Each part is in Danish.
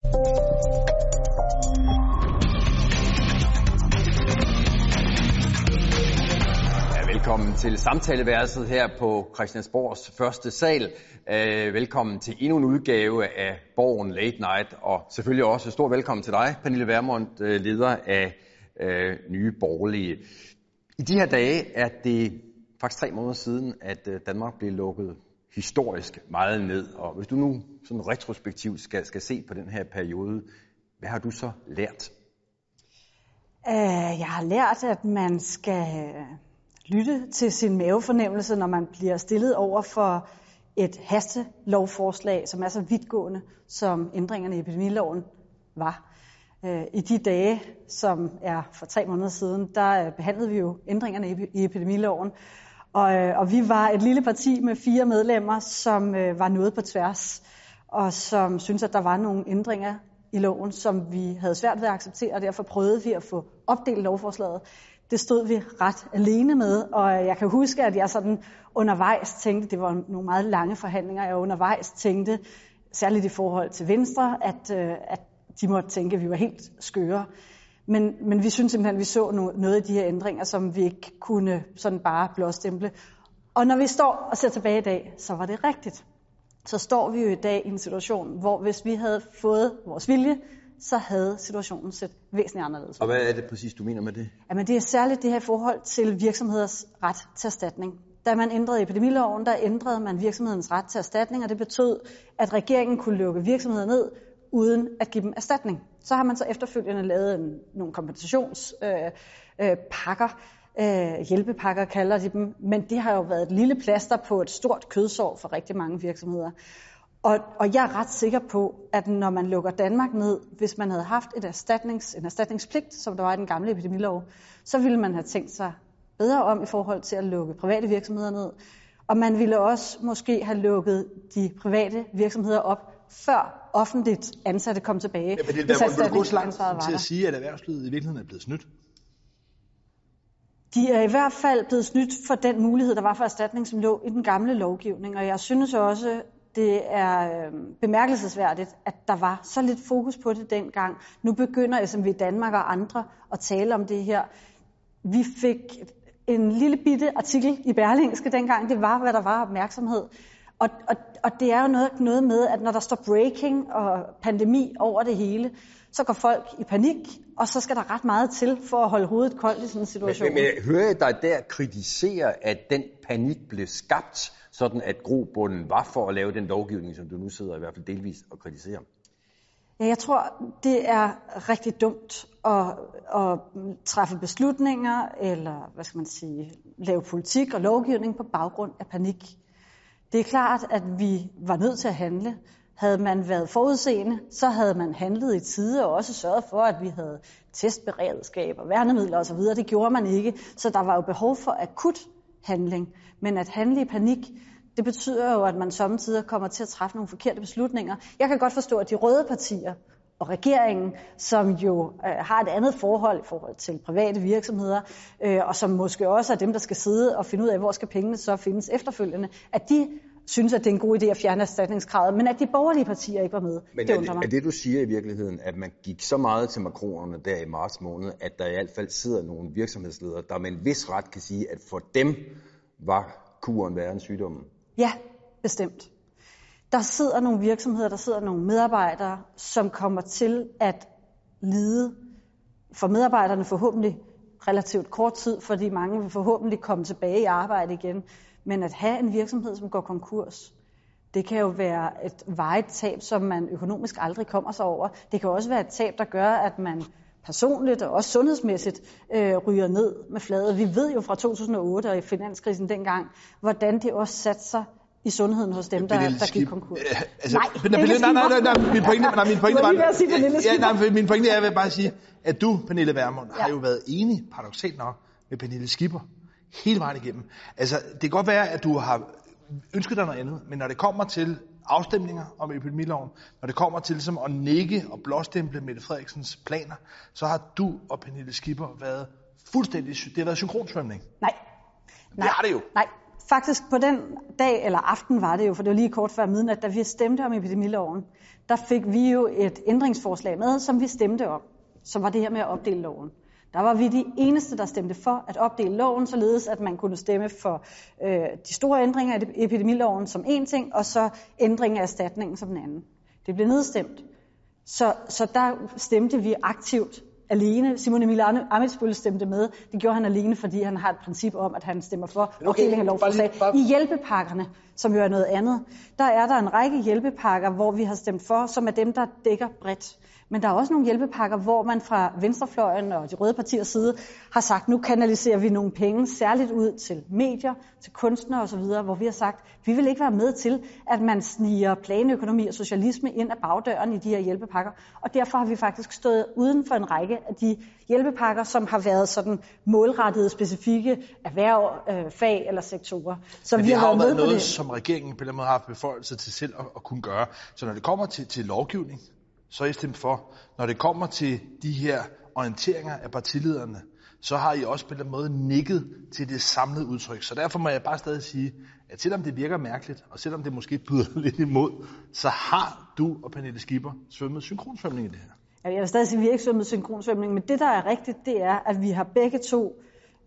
Velkommen til samtaleværelset her på Christiansborgs første sal. Velkommen til endnu en udgave af Borgen Late Night, og selvfølgelig også stor velkommen til dig, Pernille Vermund, leder af Nye Borgerlige. I de her dage er det faktisk 3 måneder siden, at Danmark blev lukket historisk meget ned. Og hvis du nu sådan retrospektivt skal se på den her periode, hvad har du så lært? Jeg har lært, at man skal lytte til sin mavefornemmelse, når man bliver stillet over for et hastelovforslag, som er så vidtgående, som ændringerne i epidemiloven var. I de dage, som er for 3 måneder siden, der behandlede vi jo ændringerne i epidemiloven. Og vi var et lille parti med 4 medlemmer, som var noget på tværs, og som syntes, at der var nogle ændringer i loven, som vi havde svært ved at acceptere, og derfor prøvede vi at få opdelt lovforslaget. Det stod vi ret alene med, og jeg kan huske, at jeg sådan undervejs tænkte, det var nogle meget lange forhandlinger, jeg undervejs tænkte, særligt i forhold til Venstre, at de måtte tænke, at vi var helt skøre. Men vi synes simpelthen, at vi så noget af de her ændringer, som vi ikke kunne sådan bare blåstemple. Og når vi står og ser tilbage i dag, så var det rigtigt. Så står vi jo i dag i en situation, hvor hvis vi havde fået vores vilje, så havde situationen set væsentligt anderledes. Og hvad er det præcis, du mener med det? Jamen, det er særligt det her i forhold til virksomheders ret til erstatning. Da man ændrede epidemiloven, der ændrede man virksomhedens ret til erstatning, og det betød, at regeringen kunne lukke virksomheder ned, uden at give dem erstatning. Så har man så efterfølgende lavet nogle kompensationspakker, hjælpepakker kalder de dem, men det har jo været et lille plaster på et stort kødsår for rigtig mange virksomheder. Og jeg er ret sikker på, at når man lukker Danmark ned, hvis man havde haft en erstatningspligt, som der var i den gamle epidemilov, så ville man have tænkt sig bedre om i forhold til at lukke private virksomheder ned. Og man ville også måske have lukket de private virksomheder op, før offentligt ansatte kom tilbage. Ja, men det er gå så langt til at sige, at erhvervslivet i virkeligheden er blevet snydt. De er i hvert fald blevet snydt for den mulighed, der var for erstatning, som lå i den gamle lovgivning. Og jeg synes også, det er bemærkelsesværdigt, at der var så lidt fokus på det dengang. Nu begynder SMV Danmark og andre at tale om det her. Vi fik en lille bitte artikel i Berlingske dengang. Det var, hvad der var opmærksomhed. Og det er jo noget med, at når der står breaking og pandemi over det hele, så går folk i panik, og så skal der ret meget til for at holde hovedet koldt i sådan en situation. Men hører jeg dig der kritisere, at den panik blev skabt, sådan at grobunden var for at lave den lovgivning, som du nu sidder i hvert fald delvis og kritiserer? Ja, jeg tror, det er rigtig dumt at træffe beslutninger, eller hvad skal man sige, lave politik og lovgivning på baggrund af panik. Det er klart, at vi var nødt til at handle. Havde man været forudseende, så havde man handlet i tide og også sørget for, at vi havde testberedskab og værnemidler osv. Det gjorde man ikke, så der var jo behov for akut handling. Men at handle i panik, det betyder jo, at man samtidig kommer til at træffe nogle forkerte beslutninger. Jeg kan godt forstå, at de røde partier og regeringen, som jo har et andet forhold til private virksomheder, og som måske også er dem, der skal sidde og finde ud af, hvor skal pengene så findes efterfølgende, at de synes, at det er en god idé at fjerne erstatningskravet, men at de borgerlige partier ikke var med. Men det undrer mig. Er det, du siger i virkeligheden, at man gik så meget til makronerne der i marts måned, at der i hvert fald sidder nogle virksomhedsledere, der med en vis ret kan sige, at for dem var kuren værre end sygdommen? Ja, bestemt. Der sidder nogle virksomheder, der sidder nogle medarbejdere, som kommer til at lide for medarbejderne forhåbentlig relativt kort tid, fordi mange vil forhåbentlig komme tilbage i arbejde igen. Men at have en virksomhed, som går konkurs, det kan jo være et varigt tab, som man økonomisk aldrig kommer sig over. Det kan også være et tab, der gør, at man personligt og også sundhedsmæssigt ryger ned med fladet. Vi ved jo fra 2008 og i finanskrisen dengang, hvordan det også satte sig i sundheden hos dem, der gik konkurs. Min pointe er, at jeg vil bare sige, at du, Pernille Vermund, har jo været enig, paradoksalt nok, med Pernille Skipper hele vejen igennem. Altså, det kan godt være, at du har ønsket dig noget andet, men når det kommer til afstemninger om epidemiloven, når det kommer til ligesom at nikke og blåstemple Mette Frederiksens planer, så har du og Pernille Skipper været fuldstændig, det har været synkronsvømning. Nej. Det har det jo. Nej. faktisk på den dag, eller aften var det jo, for det var lige kort før midnat, da vi stemte om epidemiloven, der fik vi jo et ændringsforslag med, som vi stemte om, som var det her med at opdele loven. Der var vi de eneste, der stemte for at opdele loven, således at man kunne stemme for de store ændringer af epidemiloven som en ting, og så ændring af erstatningen som den anden. Det blev nedstemt. Så der stemte vi aktivt alene. Simon Emil Ammitzbøll stemte med. Det gjorde han alene, fordi han har et princip om, at han stemmer for opdeling af lovforslag. I hjælpepakkerne, som jo er noget andet, der er der en række hjælpepakker, hvor vi har stemt for, som er dem, der dækker bredt. Men der er også nogle hjælpepakker, hvor man fra venstrefløjen og de røde partiers side har sagt, nu kanaliserer vi nogle penge særligt ud til medier, til kunstnere osv., hvor vi har sagt, vi vil ikke være med til, at man sniger planøkonomi og socialisme ind ad bagdøren i de her hjælpepakker. Og derfor har vi faktisk stået uden for en række af de hjælpepakker, som har været sådan målrettede, specifikke erhverv, fag eller sektorer. Så men vi har været været med noget, det, som regeringen på den måde har haft beføjelse til selv at kunne gøre. Så når det kommer til lovgivning, så er I stemt for. Når det kommer til de her orienteringer af partilederne, så har I også på den måde nikket til det samlede udtryk. Så derfor må jeg bare stadig sige, at selvom det virker mærkeligt, og selvom det måske byder lidt imod, så har du og Pernille Skipper svømmet synkronsvømning i det her. Jeg vil stadig sige, at vi ikke svømmet synkronsvømning, men det, der er rigtigt, det er, at vi har begge to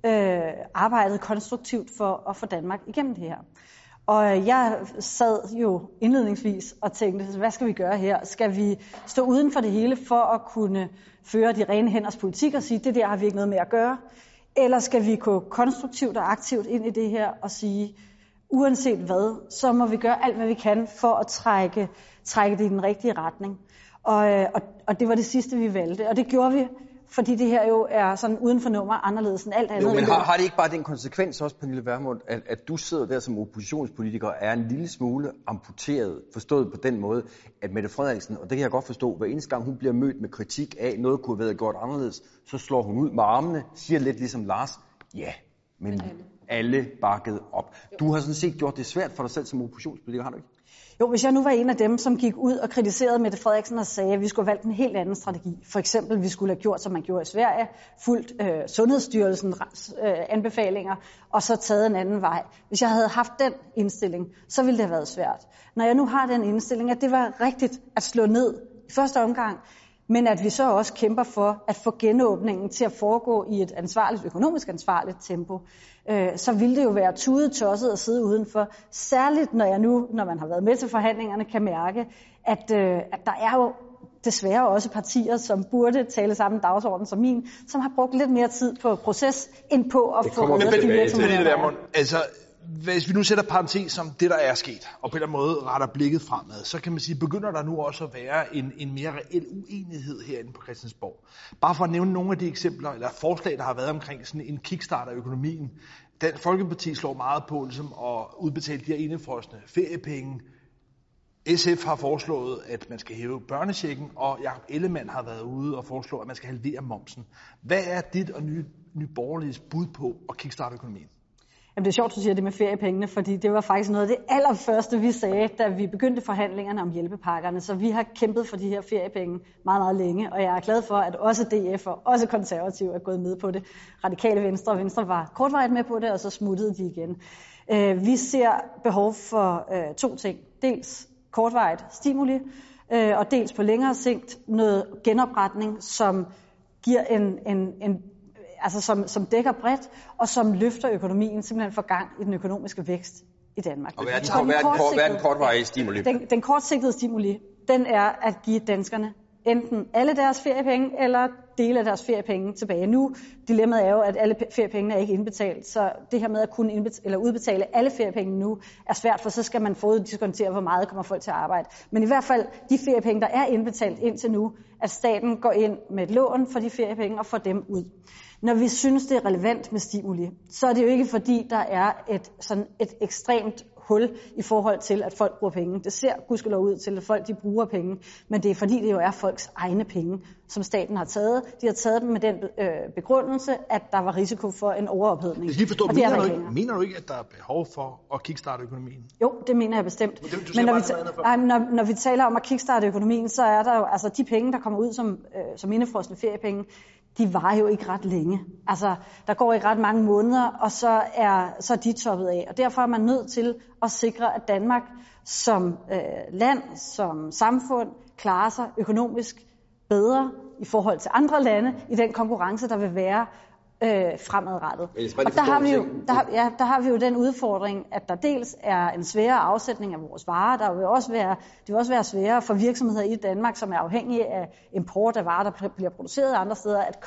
arbejdet konstruktivt for at få Danmark igennem det her. Og jeg sad jo indledningsvis og tænkte, hvad skal vi gøre her? Skal vi stå uden for det hele for at kunne føre de rene hænders politik og sige, det der har vi ikke noget med at gøre? Eller skal vi gå konstruktivt og aktivt ind i det her og sige, uanset hvad, så må vi gøre alt, hvad vi kan for at trække det i den rigtige retning. Og det var det sidste, vi valgte. Og det gjorde vi, fordi det her jo er sådan uden for nummer anderledes end alt andet. Jo, men har det ikke bare den konsekvens også, Pernille Vermund, at du sidder der som oppositionspolitiker og er en lille smule amputeret, forstået på den måde, at Mette Frederiksen, og det kan jeg godt forstå, hver eneste gang hun bliver mødt med kritik af, noget kunne have været gjort anderledes, så slår hun ud med armene, siger lidt ligesom Lars, ja, men alle bakkede op. Du har sådan set gjort det svært for dig selv som oppositionspolitiker, har du ikke? Jo, hvis jeg nu var en af dem, som gik ud og kritiserede Mette Frederiksen og sagde, at vi skulle have valgt en helt anden strategi. For eksempel, at vi skulle have gjort, som man gjorde i Sverige, fulgt Sundhedsstyrelsens anbefalinger, og så taget en anden vej. Hvis jeg havde haft den indstilling, så ville det have været svært. Når jeg nu har den indstilling, at det var rigtigt at slå ned i første omgang, men at vi så også kæmper for at få genåbningen til at foregå i et ansvarligt, økonomisk ansvarligt tempo, så ville det jo være tudetosset at sidde udenfor. Særligt når jeg nu, når man har været med til forhandlingerne, kan mærke, at der er jo desværre også partier, som burde tale samme dagsorden som min, som har brugt lidt mere tid på proces, end på at få de virksomheder. Altså, hvis vi nu sætter parentes som det, der er sket, og på den måde retter blikket fremad, så kan man sige, begynder der nu også at være en mere reel uenighed herinde på Christiansborg. Bare for at nævne nogle af de eksempler, eller forslag, der har været omkring sådan en kickstart af økonomien. Dansk Folkeparti slår meget på ligesom at udbetale de her indefrosne feriepenge. SF har foreslået, at man skal hæve børnechecken, og Jakob Ellemann har været ude og foreslå, at man skal halvere momsen. Hvad er dit og Nye Borgerliges bud på at kickstarte økonomien? Jamen, det er sjovt, du siger det med feriepengene, fordi det var faktisk noget af det allerførste, vi sagde, da vi begyndte forhandlingerne om hjælpepakkerne. Så vi har kæmpet for de her feriepenge meget, meget længe, og jeg er glad for, at også DF og også Konservative er gået med på det. Radikale Venstre og Venstre var kortvarigt med på det, og så smuttede de igen. Vi ser behov for to ting. Dels kortvarigt stimuli, og dels på længere sigt noget genopretning, som giver som dækker bredt, og som løfter økonomien, simpelthen for gang i den økonomiske vækst i Danmark. Og hvad er den kortvarige stimuli? Den kortsigtede stimuli, den er at give danskerne enten alle deres feriepenge, eller dele af deres feriepenge tilbage. Nu, dilemmaet er jo, at alle feriepengene er ikke indbetalt, så det her med at kunne udbetale alle feriepenge nu er svært, for så skal man foruddiskontere, hvor meget kommer folk til at arbejde. Men i hvert fald, de feriepenge, der er indbetalt indtil nu, at staten går ind med et lån for de feriepenge og får dem ud. Når vi synes, det er relevant med stimuli, så er det jo ikke fordi, der er et ekstremt hul i forhold til, at folk bruger penge. Det ser gudskelov ud til, at folk de bruger penge, men det er fordi, det jo er folks egne penge, som staten har taget. De har taget dem med den begrundelse, at der var risiko for en overophedning. Jeg skal forstå, mener du ikke, at der er behov for at kickstarte økonomien? Jo, det mener jeg bestemt. Men når vi taler om at kickstarte økonomien, så er der jo, altså de penge, der kommer ud som indefrosne feriepenge, de varer jo ikke ret længe. Altså, der går ikke ret mange måneder, og så er de toppet af. Og derfor er man nødt til at sikre, at Danmark som land, som samfund, klarer sig økonomisk bedre i forhold til andre lande i den konkurrence, der vil være fremadrettet. Og der har vi jo den udfordring, at der dels er en sværere afsætning af vores varer. Det vil også være sværere for virksomheder i Danmark, som er afhængige af import af varer, der bliver produceret andre steder, at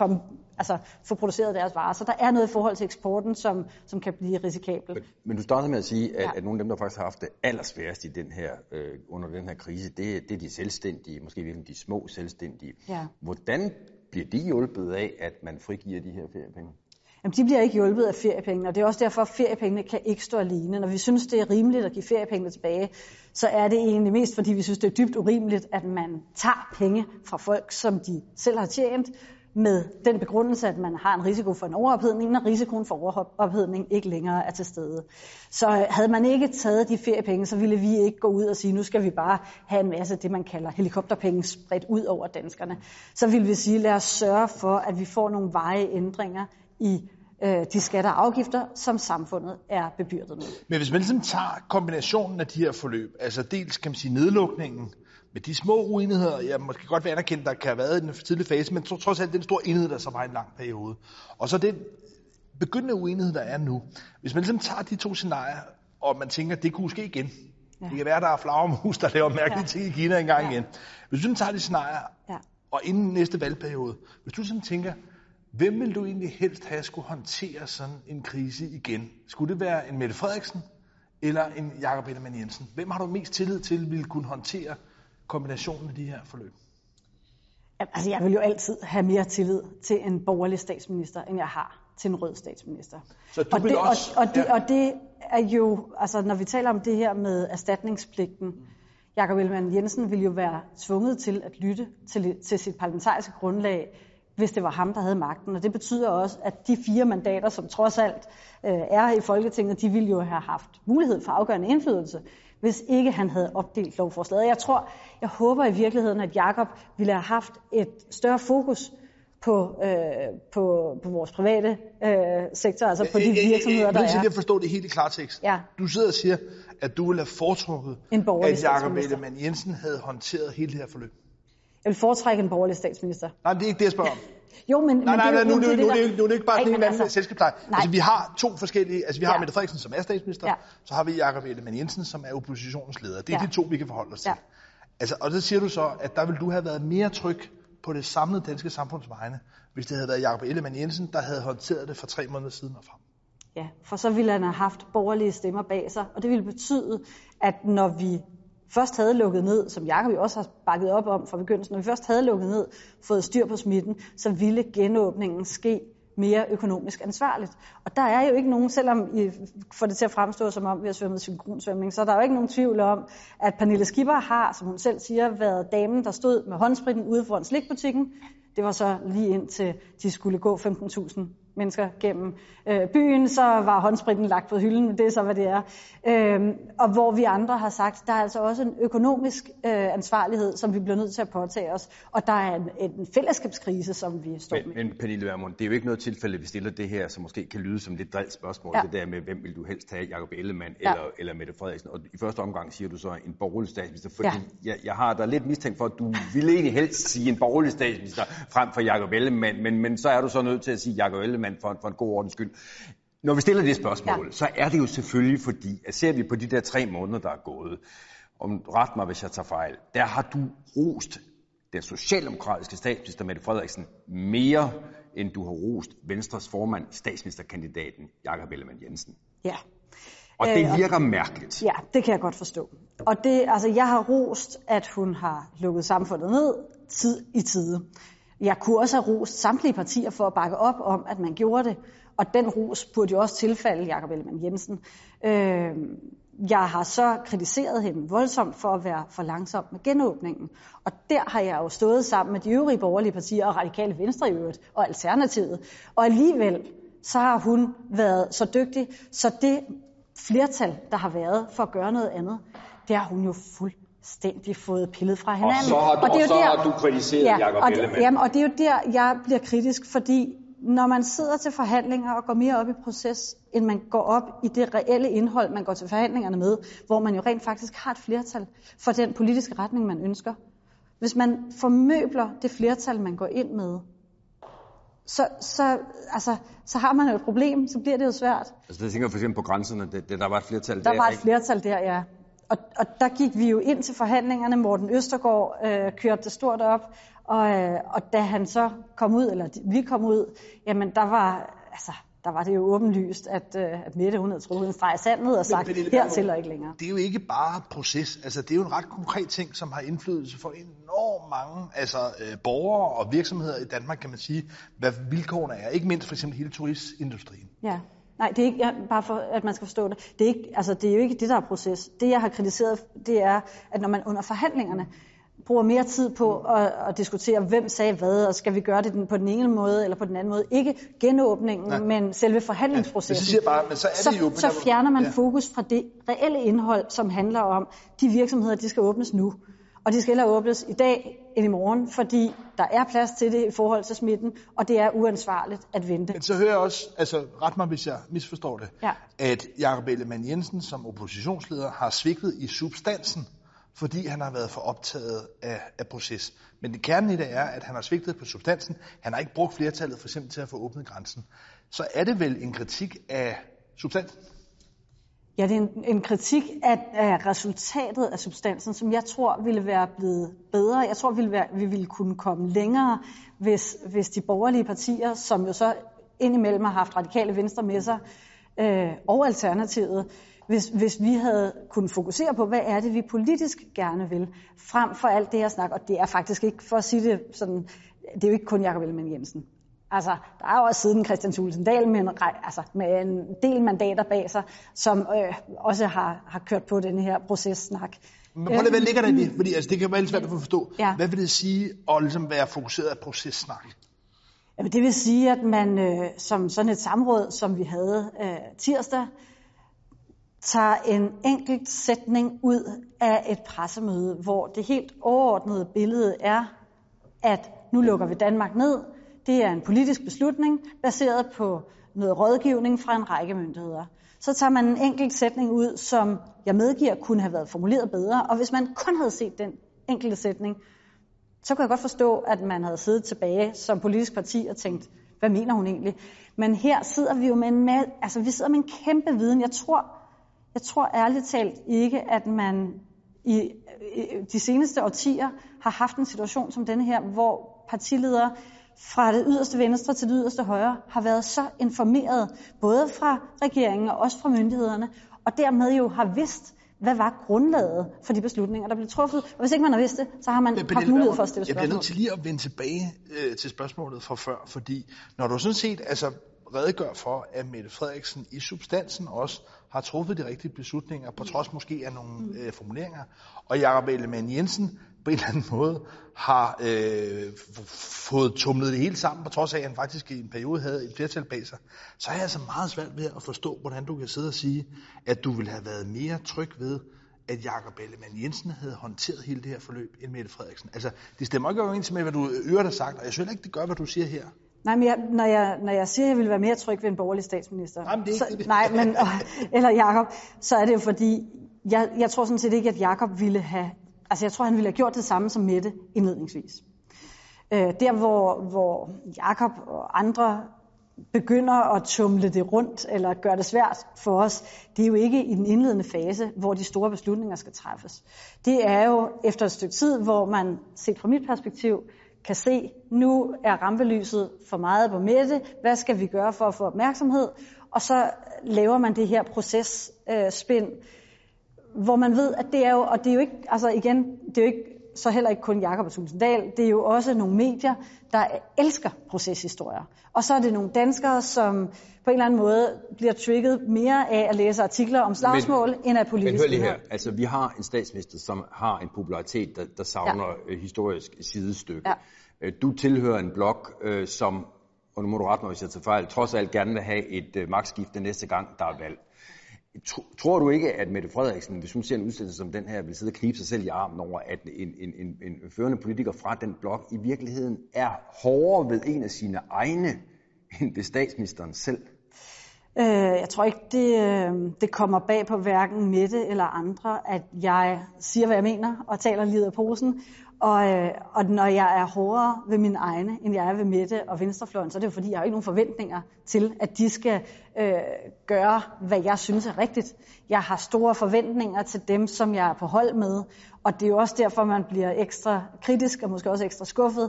få produceret deres varer. Så der er noget i forhold til eksporten, som kan blive risikabelt. Men du startede med at sige, at nogle af dem, der faktisk har haft det allersværest i under den her krise, det er de selvstændige, måske virkelig de små selvstændige. Ja. Hvordan bliver de hjulpet af, at man frigiver de her feriepenge? Jamen, de bliver ikke hjulpet af feriepengene, og det er også derfor, at feriepengene kan ikke stå alene. Når vi synes, det er rimeligt at give feriepengene tilbage, så er det egentlig mest, fordi vi synes, det er dybt urimeligt, at man tager penge fra folk, som de selv har tjent, med den begrundelse, at man har en risiko for en overophedning, når risikoen for overophedning ikke længere er til stede. Så havde man ikke taget de feriepenge, så ville vi ikke gå ud og sige, nu skal vi bare have en masse det, man kalder helikopterpenge spredt ud over danskerne. Så ville vi sige, lad os sørge for, at vi får nogle varige ændringer i de skatter og afgifter, som samfundet er bebyrdet med. Men hvis man ligesom tager kombinationen af de her forløb, altså dels kan man sige nedlukningen, med de små uenigheder, jeg måske godt vil anerkende, der kan have været i den tidlige fase, men trods alt den store enighed, der så var i en lang periode. Og så den begyndende uenighed, der er nu. Hvis man ligesom tager de to scenarier, og man tænker, at det kunne ske igen. Ja. Det kan være, der er flagermus, der laver mærkelige ting i Kina engang igen. Hvis du sådan tager de scenarier, og inden næste valgperiode, hvis du sådan tænker, hvem vil du egentlig helst have skulle håndtere sådan en krise igen? Skulle det være en Mette Frederiksen eller en Jakob Ellemann-Jensen? Hvem har du mest tillid til, ville kunne håndtere kombinationen af de her forløb? Altså, jeg vil jo altid have mere tillid til en borgerlig statsminister, end jeg har til en rød statsminister. Så du vil også... Og det er jo, altså når vi taler om det her med erstatningspligten, Jakob Ellemann-Jensen ville jo være tvunget til at lytte til sit parlamentariske grundlag, hvis det var ham, der havde magten. Og det betyder også, at de 4 mandater, som trods alt er i Folketinget, de ville jo have haft mulighed for afgørende indflydelse, hvis ikke han havde opdelt lovforslaget. Jeg håber i virkeligheden, at Jakob ville have haft et større fokus på vores private sektor, altså på de virksomheder, der er. Jeg vil lige forstå det helt i klartekst. Ja. Du sidder og siger, at du ville have foretrukket, at Jakob Ellemann-Jensen havde håndteret hele det her forløb. Jeg vil foretrække en borgerlig statsminister. Nej, det er ikke det, jeg spørger om. Jo, men nu er det ikke bare en anden selskabspleje. Altså, vi har to forskellige, altså vi har Mette Frederiksen, som er statsminister, så har vi Jakob Ellemann-Jensen, som er oppositionens leder. Det er de to, vi kan forholde os til. Altså, og så siger du så, at der ville du have været mere tryg på det samlede danske samfunds vegne, hvis det havde været Jakob Ellemann-Jensen, der havde håndteret det for 3 måneder siden og frem. Ja, for så ville han have haft borgerlige stemmer bag sig, og det ville betyde, at når vi først havde lukket ned, som Jakob jo også har bakket op om fra begyndelsen, når vi først havde lukket ned, fået styr på smitten, så ville genåbningen ske mere økonomisk ansvarligt. Og der er jo ikke nogen, selvom I får det til at fremstå, som om vi har svømmet synkronsvømning, så er der jo ikke nogen tvivl om, at Pernille Skipper har, som hun selv siger, været damen, der stod med håndspritten ude foran slikbutikken. Det var så lige indtil de skulle gå 15.000 mennesker gennem byen, så var håndspritten lagt på hylden, det er så, hvad det er. Og hvor vi andre har sagt, der er altså også en økonomisk ansvarlighed, som vi bliver nødt til at påtage os, og der er en fællesskabskrise, som vi står med. Men Pernille Vermund, det er jo ikke noget tilfælde, vi stiller det her, som måske kan lyde som lidt drildt spørgsmål, det der med, hvem vil du helst have, Jakob Ellemann eller Mette Frederiksen? Og i første omgang siger du så en borgerlig statsminister, fordi jeg har der lidt mistænkt for, at du ville egentlig helst sige en borgerlig statsminister frem for Jakob Ellemann, men så er du så nødt til at sige Jakob Ellemann for en god ordens skyld. Når vi stiller det spørgsmål, så er det jo selvfølgelig fordi, at ser vi på de der 3 måneder, der er gået, ret mig, hvis jeg tager fejl, der har du rost den socialdemokratiske statsminister Mette Frederiksen mere, end du har rost Venstres formand, statsministerkandidaten Jakob Ellemann-Jensen. Ja. Og det virker mærkeligt. Ja, det kan jeg godt forstå. Og det, altså, jeg har rost, at hun har lukket samfundet ned i tide. Jeg kunne også have rost samtlige partier for at bakke op om, at man gjorde det. Og den ros burde jo også tilfalde Jakob Ellemann-Jensen. Jeg har så kritiseret hende voldsomt for at være for langsom med genåbningen. Og der har jeg jo stået sammen med de øvrige borgerlige partier, og Radikale Venstre i øvrigt, og Alternativet. Og alligevel så har hun været så dygtig, så det flertal, der har været for at gøre noget andet, det har hun jo fuldstændig fået pillet fra hinanden. Og så har du kritiseret Jakob Ellemann. Og det er jo der, jeg bliver kritisk, fordi når man sidder til forhandlinger og går mere op i proces, end man går op i det reelle indhold, man går til forhandlingerne med, hvor man jo rent faktisk har et flertal for den politiske retning, man ønsker. Hvis man formøbler det flertal, man går ind med, så har man jo et problem, så bliver det jo svært. Altså det tænker for eksempel på grænserne, der var et flertal der. Der var et flertal der, ja. Og der gik vi jo ind til forhandlingerne. Morten Østergaard kørte det stort op, og da han så kom ud, eller vi kom ud, jamen der var det jo åbenlyst, at Mette, hun havde trukket en streg i sandet og sagt, hertil og ikke længere. Det er jo ikke bare proces, altså det er jo en ret konkret ting, som har indflydelse for enormt mange borgere og virksomheder i Danmark, kan man sige, hvad vilkårene er, ikke mindst for eksempel hele turistindustrien. Ja. Nej, det er ikke, bare for at man skal forstå det. Det er jo ikke det, der er proces. Det, jeg har kritiseret, det er, at når man under forhandlingerne bruger mere tid på at diskutere, hvem sagde hvad, og skal vi gøre det på den ene måde eller på den anden måde. Ikke genåbningen, men selve forhandlingsprocessen. Så fjerner man fokus fra det reelle indhold, som handler om, de virksomheder, de skal åbnes nu. Og de skal hellere åbnes i dag end i morgen, fordi der er plads til det i forhold til smitten, og det er uansvarligt at vente. Men så hører jeg også, ret mig hvis jeg misforstår det, at Jakob Ellemann Jensen som oppositionsleder har svigtet i substansen, fordi han har været for optaget af proces. Men det kernen i det er, at han har svigtet på substansen. Han har ikke brugt flertallet for eksempel til at få åbnet grænsen. Så er det vel en kritik af substansen? Ja, det er en kritik af resultatet af substansen, som jeg tror ville være blevet bedre. Jeg tror, vi ville kunne komme længere, hvis de borgerlige partier, som jo så indimellem har haft Radikale Venstre med sig, og Alternativet, hvis vi havde kunnet fokusere på, hvad er det, vi politisk gerne vil, frem for alt det her snak. Og det er faktisk ikke, for at sige det sådan, det er jo ikke kun Jakob Ellemann Jensen. Altså, der er jo også siden Kristian Thulesen Dahl med en del mandater bag sig, som også har kørt på den her processnak. Men prøv lige, hvad ligger der i det? Fordi det kan være lidt svært at forstå. Ja. Hvad vil det sige at ligesom være fokuseret af processnak? Jamen, det vil sige, at man som sådan et samråd, som vi havde tirsdag, tager en enkelt sætning ud af et pressemøde, hvor det helt overordnede billede er, at nu lukker vi Danmark ned. Det er en politisk beslutning, baseret på noget rådgivning fra en række myndigheder. Så tager man en enkelt sætning ud, som jeg medgiver kunne have været formuleret bedre, og hvis man kun havde set den enkelte sætning, så kunne jeg godt forstå, at man havde siddet tilbage som politisk parti og tænkt, hvad mener hun egentlig? Men her sidder vi jo med vi sidder med en kæmpe viden. Jeg tror ærligt talt ikke, at man i de seneste årtier har haft en situation som denne her, hvor partiledere fra det yderste venstre til det yderste højre har været så informeret, både fra regeringen og også fra myndighederne, og dermed jo har vidst, hvad var grundlaget for de beslutninger, der blev truffet. Og hvis ikke man har vidst det, så har man haft mulighed for at stille spørgsmål. Jeg bliver nødt til lige at vende tilbage til spørgsmålet fra før, fordi når du sådan set redegør for, at Mette Frederiksen i substansen også har truffet de rigtige beslutninger, på trods måske af nogle formuleringer, og Jakob Ellemann Jensen på en eller anden måde har fået tumlet det hele sammen, på trods af, at han faktisk i en periode havde et flertal bag sig, så er jeg altså meget svært ved at forstå, hvordan du kan sidde og sige, at du ville have været mere tryg ved, at Jakob Ellemann Jensen havde håndteret hele det her forløb end Mette Frederiksen. Altså, det stemmer ikke overens med, hvad du har sagt, og jeg synes ikke, det gør, hvad du siger her. Nej, men når jeg siger, at jeg ville være mere tryg ved en borgerlig statsminister, jamen, det er ikke eller Jakob, så er det jo fordi, jeg tror sådan set ikke, at Jakob ville have, jeg tror, han ville have gjort det samme som Mette indledningsvis. Der, hvor Jakob og andre begynder at tumle det rundt, eller gøre det svært for os, det er jo ikke i den indledende fase, hvor de store beslutninger skal træffes. Det er jo efter et stykke tid, hvor man, set fra mit perspektiv, kan se, nu er rampelyset for meget på Mette, hvad skal vi gøre for at få opmærksomhed? Og så laver man det her processpind, hvor man ved, at det er jo, og det er jo ikke, det er jo ikke så heller ikke kun Jakob og Thulesen Dahl, det er jo også nogle medier, der elsker proceshistorier. Og så er det nogle danskere, som på en eller anden måde bliver trigget mere af at læse artikler om slagsmål, end af politiske. Men hør lige her, vi har en statsminister, som har en popularitet, der savner historisk sidestykke. Ja. Du tilhører en blok, som, og nu må du rette mig, hvis jeg tager fejl, trods alt gerne vil have et magtskifte næste gang, der er valg. Tror du ikke, at Mette Frederiksen, hvis hun ser en udstilling som den her, vil sidde og knibe sig selv i armen over, at en førende politiker fra den blok i virkeligheden er hårdere ved en af sine egne, end ved statsministeren selv? Jeg tror ikke, det kommer bag på hverken Mette eller andre, at jeg siger, hvad jeg mener, og taler lige af posen. Og når jeg er hårdere ved mine egne, end jeg er ved Mette og venstrefløjen, så er det jo fordi, jeg har ikke nogen forventninger til, at de skal gøre, hvad jeg synes er rigtigt. Jeg har store forventninger til dem, som jeg er på hold med, og det er jo også derfor, man bliver ekstra kritisk og måske også ekstra skuffet,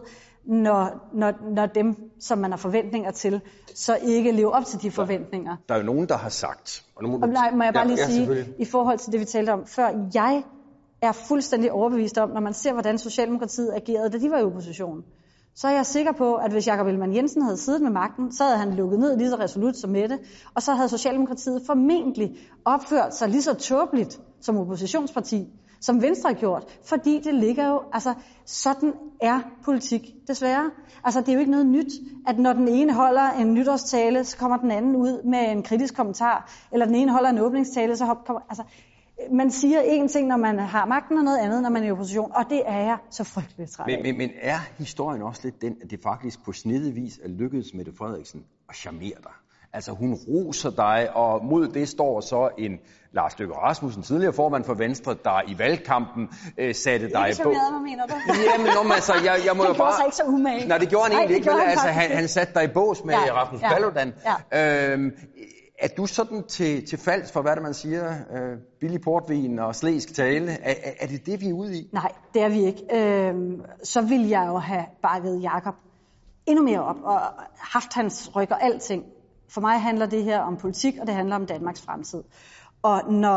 når dem, som man har forventninger til, så ikke lever op til de forventninger. Der er jo nogen, der har sagt... Og må jeg bare lige sige, i forhold til det, vi talte om før, jeg er fuldstændig overbevist om, når man ser, hvordan Socialdemokratiet agerede, da de var i opposition, så er jeg sikker på, at hvis Jakob Ellemann-Jensen havde siddet med magten, så havde han lukket ned lige så resolut som Mette, og så havde Socialdemokratiet formentlig opført sig lige så tåbeligt som oppositionsparti, som Venstre har gjort, fordi det ligger jo, altså sådan er politik desværre. Altså det er jo ikke noget nyt, at når den ene holder en nytårstale, så kommer den anden ud med en kritisk kommentar, eller den ene holder en åbningstale, så kommer, altså man siger én ting, når man har magten, og noget andet, når man er i opposition, og det er jeg så frygteligt træt af. Men er historien også lidt den, at det faktisk på snedig vis er lykkedes Mette Frederiksen at charmere dig? Altså hun roser dig, og mod det står så en Lars Løkke Rasmussen, tidligere formand for Venstre, der i valgkampen satte dig på... Ikke charmeret, hvad mener du? Jamen, altså, jeg må jo bare... Det gjorde sig ikke så umage. Nej, det gjorde han egentlig ikke. Altså, han satte dig i bås med Rasmus Paludan. Ja. Er du sådan til falds for, hvad det man siger, billig portvin og slæsk tale? Er det, vi er ude i? Nej, det er vi ikke. Så vil jeg jo have bakket Jakob endnu mere op og haft hans ryg og alting. For mig handler det her om politik, og det handler om Danmarks fremtid. Og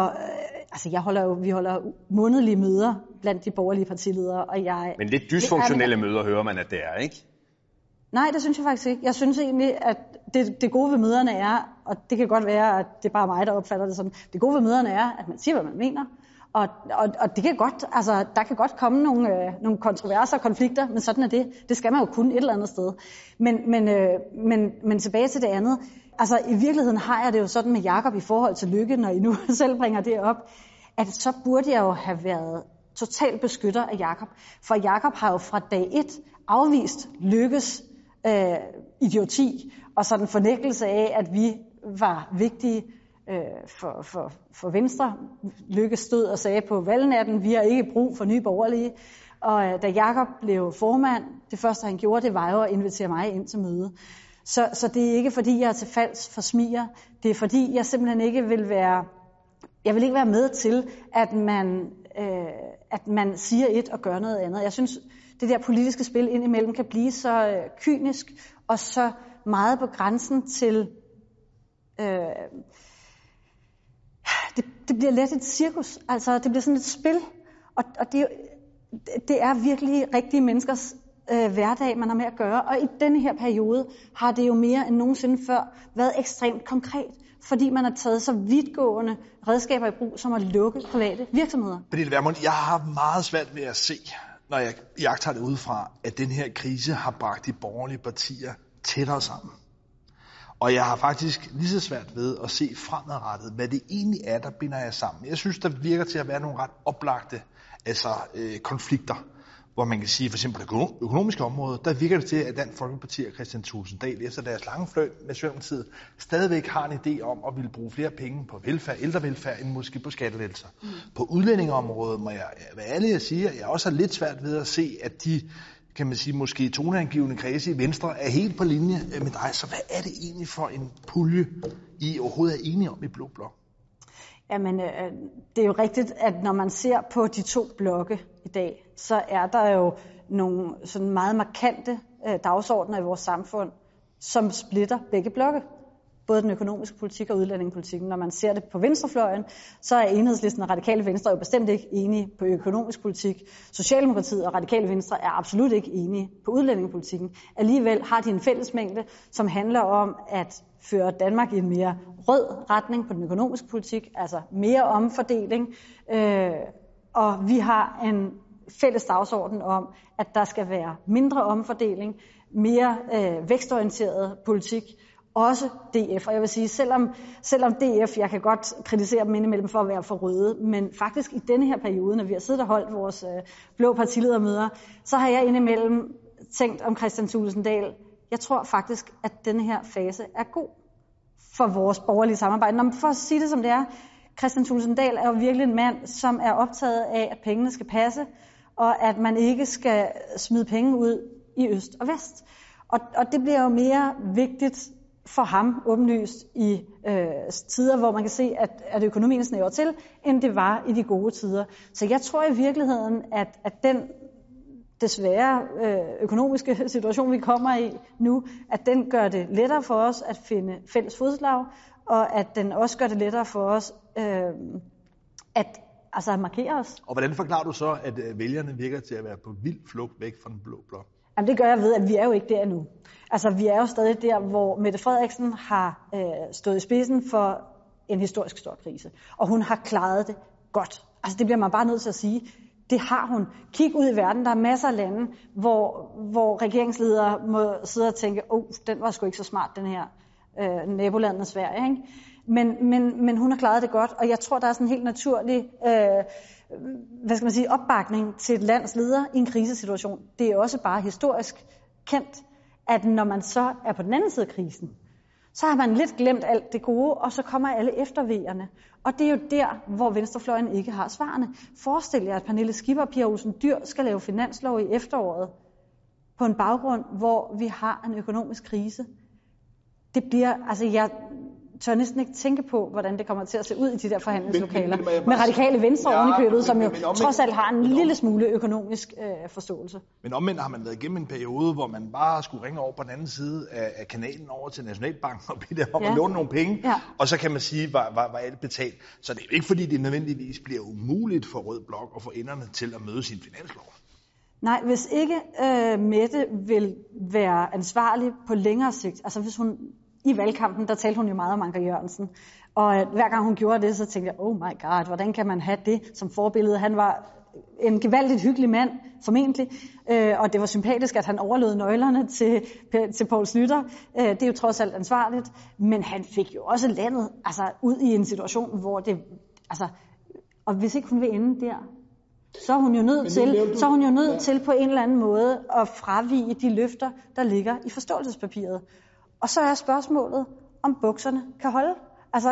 vi holder månedlige møder blandt de borgerlige partiledere, og jeg... Men lidt dysfunktionelle møder hører man, at det er, ikke? Nej, det synes jeg faktisk ikke. Jeg synes egentlig, at det gode ved møderne er, og det kan godt være, at det er bare mig, der opfatter det sådan, det gode ved møderne er, at man siger, hvad man mener. Og det kan godt, altså der kan godt komme nogle kontroverser og konflikter, men sådan er det. Det skal man jo kunne et eller andet sted. Men tilbage til det andet. Altså i virkeligheden har jeg det jo sådan med Jakob i forhold til Løkke, når I nu selv bringer det op, at så burde jeg jo have været total beskytter af Jakob. For Jakob har jo fra dag 1 afvist Løkkes idioti og sådan fornægtelse af, at vi var vigtige for Venstre. Løkke stod og sagde på valgnatten, vi har ikke brug for Nye Borgerlige. Og da Jakob blev formand, det første han gjorde, det var jo at invitere mig ind til møde. Så det er ikke fordi, jeg er til falsk for smiger. Det er fordi, jeg simpelthen ikke vil være... Jeg vil ikke være med til, at man siger et og gør noget andet. Jeg synes, det der politiske spil indimellem kan blive så kynisk og så meget på grænsen til... Det bliver let et cirkus. Altså, det bliver sådan et spil. Og det er virkelig rigtige menneskers hverdag, man har med at gøre. Og i denne her periode har det jo mere end nogensinde før været ekstremt konkret, fordi man har taget så vidtgående redskaber i brug, som at lukke private virksomheder. Pernille Vermund, jeg har meget svært ved at se, når jeg jagter det udefra, at den her krise har bragt de borgerlige partier tættere sammen. Og jeg har faktisk lige så svært ved at se fremadrettet, hvad det egentlig er, der binder jer sammen. Jeg synes, der virker til at være nogle ret oplagte konflikter, hvor man kan sige, for eksempel på det økonomiske område, der virker det til, at Dansk Folkeparti og Kristian Thulesen Dahl efter deres lange fløjt med Socialdemokratiet stadigvæk har en idé om at ville bruge flere penge på velfærd, ældrevelfærd, end måske på skattelettelser. På udlændingeområdet må jeg være ærlig at sige, at jeg også har lidt svært ved at se, at de, kan man sige, måske toneangivende kredse i Venstre er helt på linje med dig. Så hvad er det egentlig for en pulje, I overhovedet er enige om i Blå Blok? Jamen, det er jo rigtigt, at når man ser på de to blokke i dag, så er der jo nogle sådan meget markante dagsordner i vores samfund, som splitter begge blokke. Både den økonomiske politik og udlændingepolitikken. Når man ser det på venstrefløjen, så er Enhedslisten og Radikale Venstre jo bestemt ikke enige på økonomisk politik. Socialdemokratiet og Radikale Venstre er absolut ikke enige på udlændingepolitikken. Alligevel har de en fællesmængde, som handler om at føre Danmark i en mere rød retning på den økonomiske politik, altså mere omfordeling. Og vi har en fælles dagsorden om, at der skal være mindre omfordeling, mere vækstorienteret politik, også DF. Og jeg vil sige, selvom DF, jeg kan godt kritisere dem indimellem for at være for røde, men faktisk i denne her periode, når vi har siddet og holdt vores blå partiledermøder, så har jeg indimellem tænkt om Kristian Thulesen Dahl, jeg tror faktisk, at denne her fase er god for vores borgerlige samarbejde. Når for at sige det som det er, Kristian Thulesen Dahl er jo virkelig en mand, som er optaget af, at pengene skal passe, og at man ikke skal smide penge ud i øst og vest. Og det bliver jo mere vigtigt for ham åbenlyst i tider, hvor man kan se, at økonomien snæver til, end det var i de gode tider. Så jeg tror i virkeligheden, at den desværre økonomiske situation, vi kommer i nu, at den gør det lettere for os at finde fælles fodslag, og at den også gør det lettere for os at markere os. Og hvordan forklarer du så, at vælgerne virker til at være på vild flugt væk fra den blå blok? Jamen det gør jeg ved, at vi er jo ikke der endnu. Altså vi er jo stadig der, hvor Mette Frederiksen har stået i spidsen for en historisk stor krise. Og hun har klaret det godt. Altså det bliver man bare nødt til at sige. Det har hun. Kig ud i verden. Der er masser af lande, hvor regeringsledere må sidde og tænke, den var sgu ikke så smart, den her nabolandet Sverige, ikke? Men hun har klaret det godt, og jeg tror, der er sådan en helt naturlig opbakning til et lands leder i en krisesituation. Det er også bare historisk kendt, at når man så er på den anden side af krisen, så har man lidt glemt alt det gode, og så kommer alle eftervejerne. Og det er jo der, hvor venstrefløjen ikke har svarene. Forestil jer, at Pernille Skipper og Pia Olsen Dyhr skal lave finanslov i efteråret på en baggrund, hvor vi har en økonomisk krise. Det bliver, jeg tør næsten ikke tænke på, hvordan det kommer til at se ud i de der forhandlingslokaler. Med Radikale Venstre oven i købet, som jo trods alt har en lille smule økonomisk forståelse. Men omvendt har man været igennem en periode, hvor man bare skulle ringe over på den anden side af kanalen over til Nationalbanken og bede dem om at låne nogle penge. Ja. Og så kan man sige, var alt betalt. Så det er ikke fordi, det nødvendigvis bliver umuligt for Rød Blok at få enderne til at møde sin finanslov. Nej, hvis ikke Mette vil være ansvarlig på længere sigt, altså hvis hun i valgkampen, der talte hun jo meget om Anker Jørgensen. Og hver gang hun gjorde det, så tænkte jeg, oh my god, hvordan kan man have det som forbillede? Han var en gevaldigt hyggelig mand, formentlig. Og det var sympatisk, at han overlod nøglerne til Poul Schlüter. Det er jo trods alt ansvarligt. Men han fik jo også landet ud i en situation, hvor det... og hvis ikke hun vil ende der, så er hun jo nødt til på en eller anden måde at fravige de løfter, der ligger i forståelsespapiret. Og så er spørgsmålet, om bukserne kan holde. Altså,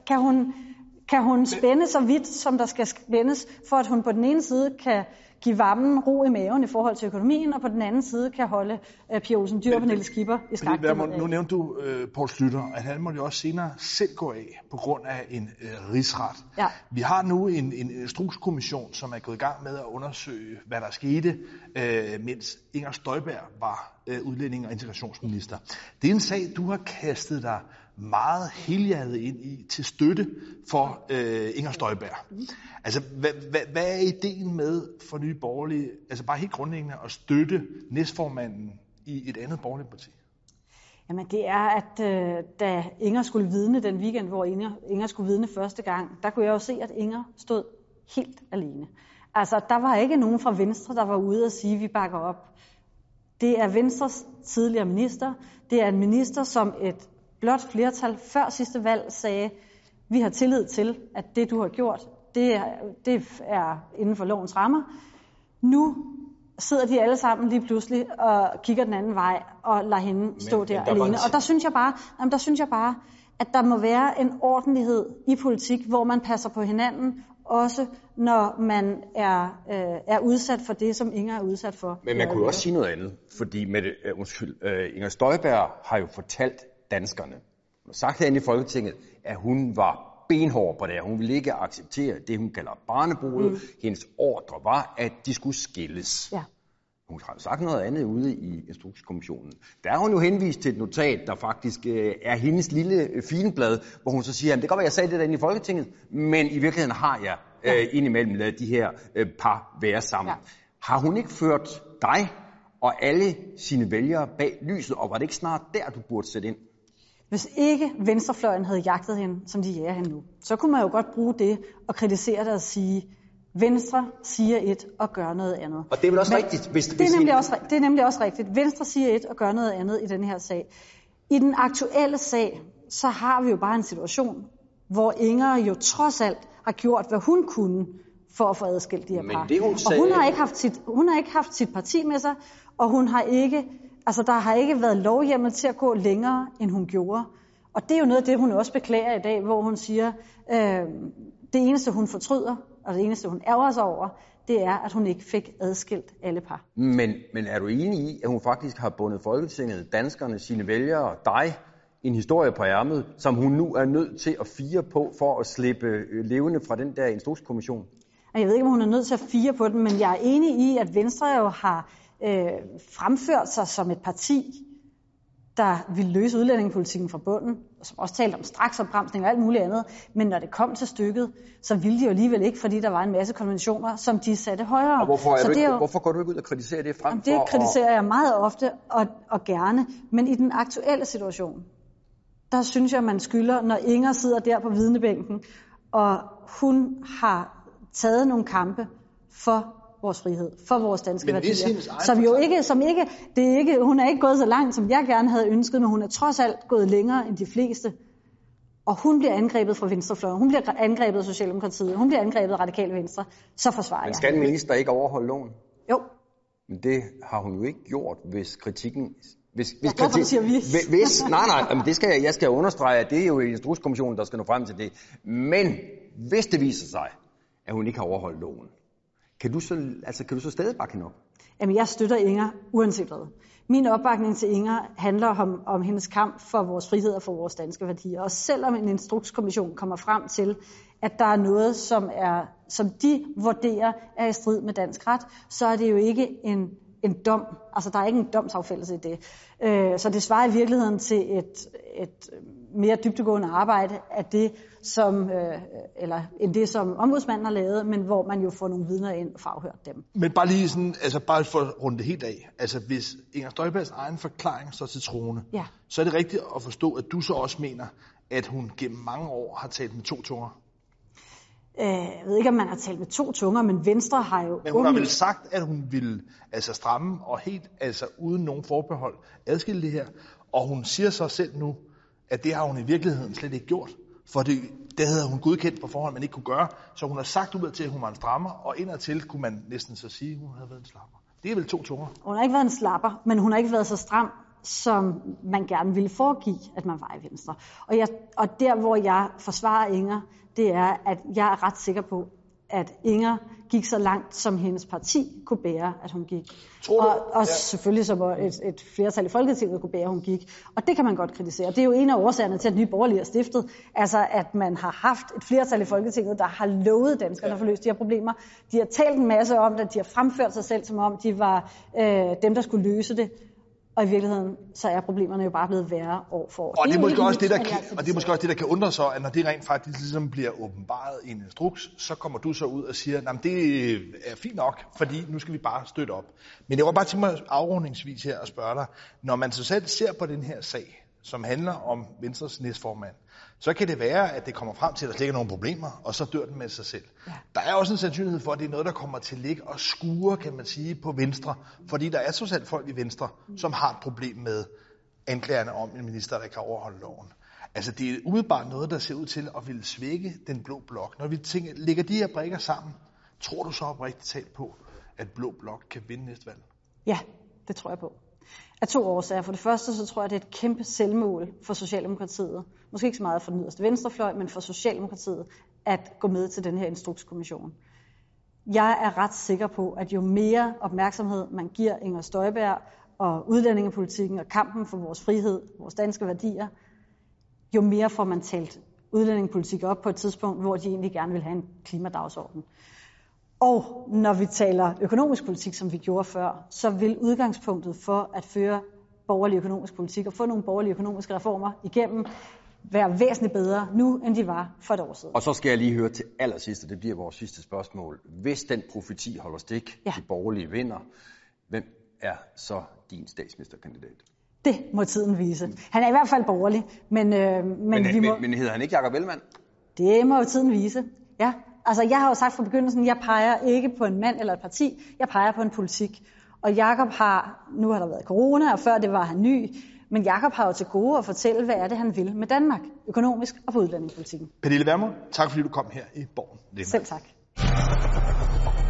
kan hun spænde så vidt, som der skal spændes, for at hun på den ene side kan give varmen ro i maven i forhold til økonomien, og på den anden side kan holde Pia Olsen Dyhr og Pernille Skipper i skak. Nu nævnte du Poul Schlüter, at han måtte jo også senere selv gå af på grund af en rigsret. Ja. Vi har nu en instrukskommission, som er gået i gang med at undersøge, hvad der skete, mens Inger Støjberg var udlænding- og integrationsminister. Det er en sag, du har kastet dig meget helhjertet ind i til støtte for Inger Støjberg. Altså, hvad er ideen med for Nye Borgerlige, altså bare helt grundlæggende at støtte næstformanden i et andet borgerligt parti? Jamen det er, at da Inger skulle vidne den weekend, hvor Inger skulle vidne første gang, der kunne jeg jo se, at Inger stod helt alene. Altså, der var ikke nogen fra Venstre, der var ude og sige, at vi bakker op. Det er Venstres tidligere minister. Det er en minister, som et blot flertal før sidste valg sagde, vi har tillid til, at det du har gjort, det er inden for lovens rammer. Nu sidder de alle sammen lige pludselig og kigger den anden vej og lader hende stå der alene. Og der synes jeg bare, at der må være en ordentlighed i politik, hvor man passer på hinanden, også når man er udsat for det, som Inger er udsat for. Men man kunne jo også sige noget andet, fordi Inger Støjberg har jo fortalt danskerne, hun har sagt herinde i Folketinget, at hun var benhård på det, hun ville ikke acceptere det, hun kalder barnebrude. Hendes ordre var, at de skulle skilles. Ja. Hun har sagt noget andet ude i Instrukskommissionen. Der har hun jo henvist til et notat, der faktisk er hendes lille fineblad, hvor hun så siger, at det kan godt være, jeg sagde det derinde i Folketinget, men i virkeligheden har jeg indimellem ladet de her par være sammen. Ja. Har hun ikke ført dig og alle sine vælgere bag lyset, og var det ikke snart der, du burde sætte ind? Hvis ikke venstrefløjen havde jagtet hende, som de jager hende nu, så kunne man jo godt bruge det og kritisere det og sige, Venstre siger et og gør noget andet. Og det er vel også rigtigt? Det er nemlig også rigtigt. Venstre siger et og gør noget andet i den her sag. I den aktuelle sag, så har vi jo bare en situation, hvor Inger jo trods alt har gjort, hvad hun kunne for at få adskilt de her par. Og hun har ikke haft sit parti med sig, og hun har ikke, altså der har ikke været lovhjemmel til at gå længere, end hun gjorde. Og det er jo noget af det, hun også beklager i dag, hvor hun siger, det eneste hun fortryder, og det eneste hun ærger sig over, det er, at hun ikke fik adskilt alle par. Men er du enig i, at hun faktisk har bundet Folketinget, danskerne, sine vælgere og dig en historie på ærmet, som hun nu er nødt til at fire på for at slippe levende fra den der instrukskommission? Jeg ved ikke, om hun er nødt til at fire på den, men jeg er enig i, at Venstre jo har fremført sig som et parti, der ville løse udlændingepolitikken fra bunden, og som også talte om straksopbremsning og alt muligt andet. Men når det kom til stykket, så ville de jo alligevel ikke, fordi der var en masse konventioner, som de satte højere. Og hvorfor går du ikke ud og kritiserer det frem for? Det kritiserer jeg meget ofte og gerne. Men i den aktuelle situation, der synes jeg, man skylder, når Inger sidder der på vidnebænken, og hun har taget nogle kampe for vores frihed, for vores danske værdier, hun er ikke gået så langt, som jeg gerne havde ønsket, men hun er trods alt gået længere end de fleste. Og hun bliver angrebet fra venstrefløjen, hun bliver angrebet af Socialdemokratiet, hun bliver angrebet af Radikale Venstre, så forsvarer jeg. Men skal en minister ikke overholde loven? Jo. Men det har hun jo ikke gjort, hvis kritikken... Men det skal jeg skal understrege, at det er jo Instrukskommissionen, der skal nå frem til det. Men hvis det viser sig, at hun ikke har overholdt loven, kan du så stadig bakke hende op? Jamen, jeg støtter Inger uanset hvad. Min opbakning til Inger handler om hendes kamp for vores frihed og for vores danske værdier. Og selvom en instrukskommission kommer frem til, at der er noget, som de vurderer er i strid med dansk ret, så er det jo ikke en dom. Altså, der er ikke en domsafgørelse i det. Så det svarer i virkeligheden til et mere dybdegående arbejde af det, end det, som ombudsmanden har lavet, men hvor man jo får nogle vidner ind og får afhørt dem. Men bare lige sådan, bare for at runde det helt af. Altså, hvis Inger Støjbergs egen forklaring står til troende, så er det rigtigt at forstå, at du så også mener, at hun gennem mange år har talt med to tunger. Jeg ved ikke, om man har talt med to tunger, men Venstre har jo... Men hun har vel sagt, at hun ville stramme og helt, uden nogen forbehold, adskille det her. Og hun siger så selv nu, at det har hun i virkeligheden slet ikke gjort. For det havde hun godkendt på forhånd, man ikke kunne gøre. Så hun har sagt ud til, at hun var en strammer, og indadtil kunne man næsten så sige, at hun havde været en slapper. Det er vel to tunger. Hun har ikke været en slapper, men hun har ikke været så stram, som man gerne ville foregive, at man var i Venstre. Og der, hvor jeg forsvarer Inger, det er, at jeg er ret sikker på, at Inger gik så langt, som hendes parti kunne bære, at hun gik. Og selvfølgelig som et flertal i Folketinget kunne bære, at hun gik. Og det kan man godt kritisere. Det er jo en af årsagerne til, at Nye Borgerlige er stiftet. Altså, at man har haft et flertal i Folketinget, der har lovet danskerne at få løst de her problemer. De har talt en masse om det, de har fremført sig selv, som om de var dem, der skulle løse det. Og i virkeligheden, så er problemerne jo bare blevet værre år for år. Og det er måske også det, der kan undre sig, at når det rent faktisk ligesom bliver åbenbaret i en instruks, så kommer du så ud og siger, at det er fint nok, fordi nu skal vi bare støtte op. Men jeg var bare til mig afrundingsvis her og spørge dig, når man så selv ser på den her sag, som handler om Venstres næstformand, så kan det være, at det kommer frem til, at der slet ikke er nogen problemer, og så dør den med sig selv. Ja. Der er også en sandsynlighed for, at det er noget, der kommer til at ligge og skure, kan man sige, på Venstre. Fordi der er så selv folk i Venstre, som har et problem med anklagerne om en minister, der ikke har overholdt loven. Altså, det er umiddelbart noget, der ser ud til at ville svække den blå blok. Når vi lægger de her brikker sammen, tror du så oprigtigt talt på, at blå blok kan vinde næste valg? Ja, det tror jeg på. Af to årsager. For det første, så tror jeg, det er et kæmpe selvmål for Socialdemokratiet. Måske ikke så meget for den yderste venstrefløj, men for Socialdemokratiet at gå med til den her instrukskommission. Jeg er ret sikker på, at jo mere opmærksomhed man giver Inger Støjberg og udlændingepolitikken og kampen for vores frihed, vores danske værdier, jo mere får man talt udlændingepolitik op på et tidspunkt, hvor de egentlig gerne vil have en klimadagsorden. Og når vi taler økonomisk politik, som vi gjorde før, så vil udgangspunktet for at føre borgerlig økonomisk politik og få nogle borgerlige økonomiske reformer igennem være væsentligt bedre nu, end de var for et år siden. Og så skal jeg lige høre til allersidst, og det bliver vores sidste spørgsmål. Hvis den profeti holder stik, de borgerlige vinder, hvem er så din statsministerkandidat? Det må tiden vise. Han er i hvert fald borgerlig, men hedder han ikke Jakob Ellemann? Det må tiden vise, ja. Altså, jeg har jo sagt fra begyndelsen, jeg peger ikke på en mand eller et parti, jeg peger på en politik. Og Jakob nu har der været corona, og før det var han ny, Men Jakob har jo til gode at fortælle, hvad er det, han vil med Danmark, økonomisk og på udlændingepolitikken. Pernille Vermund, tak fordi du kom her i Borgen. Selv tak.